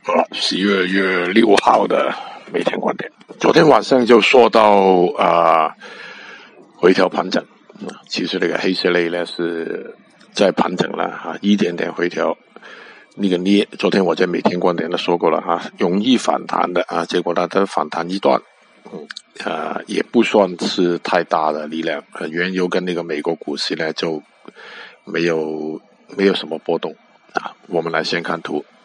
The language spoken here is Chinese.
11月6号的每天观点。昨天晚上就说到回调盘整，其实那个黑色类呢是在盘整了一点点回调。那个昨天我在每天观点都说过了容易反弹的结果它的反弹一段，也不算是太大的力量。原油跟那个美国股市呢就没有什么波动我们来先看图。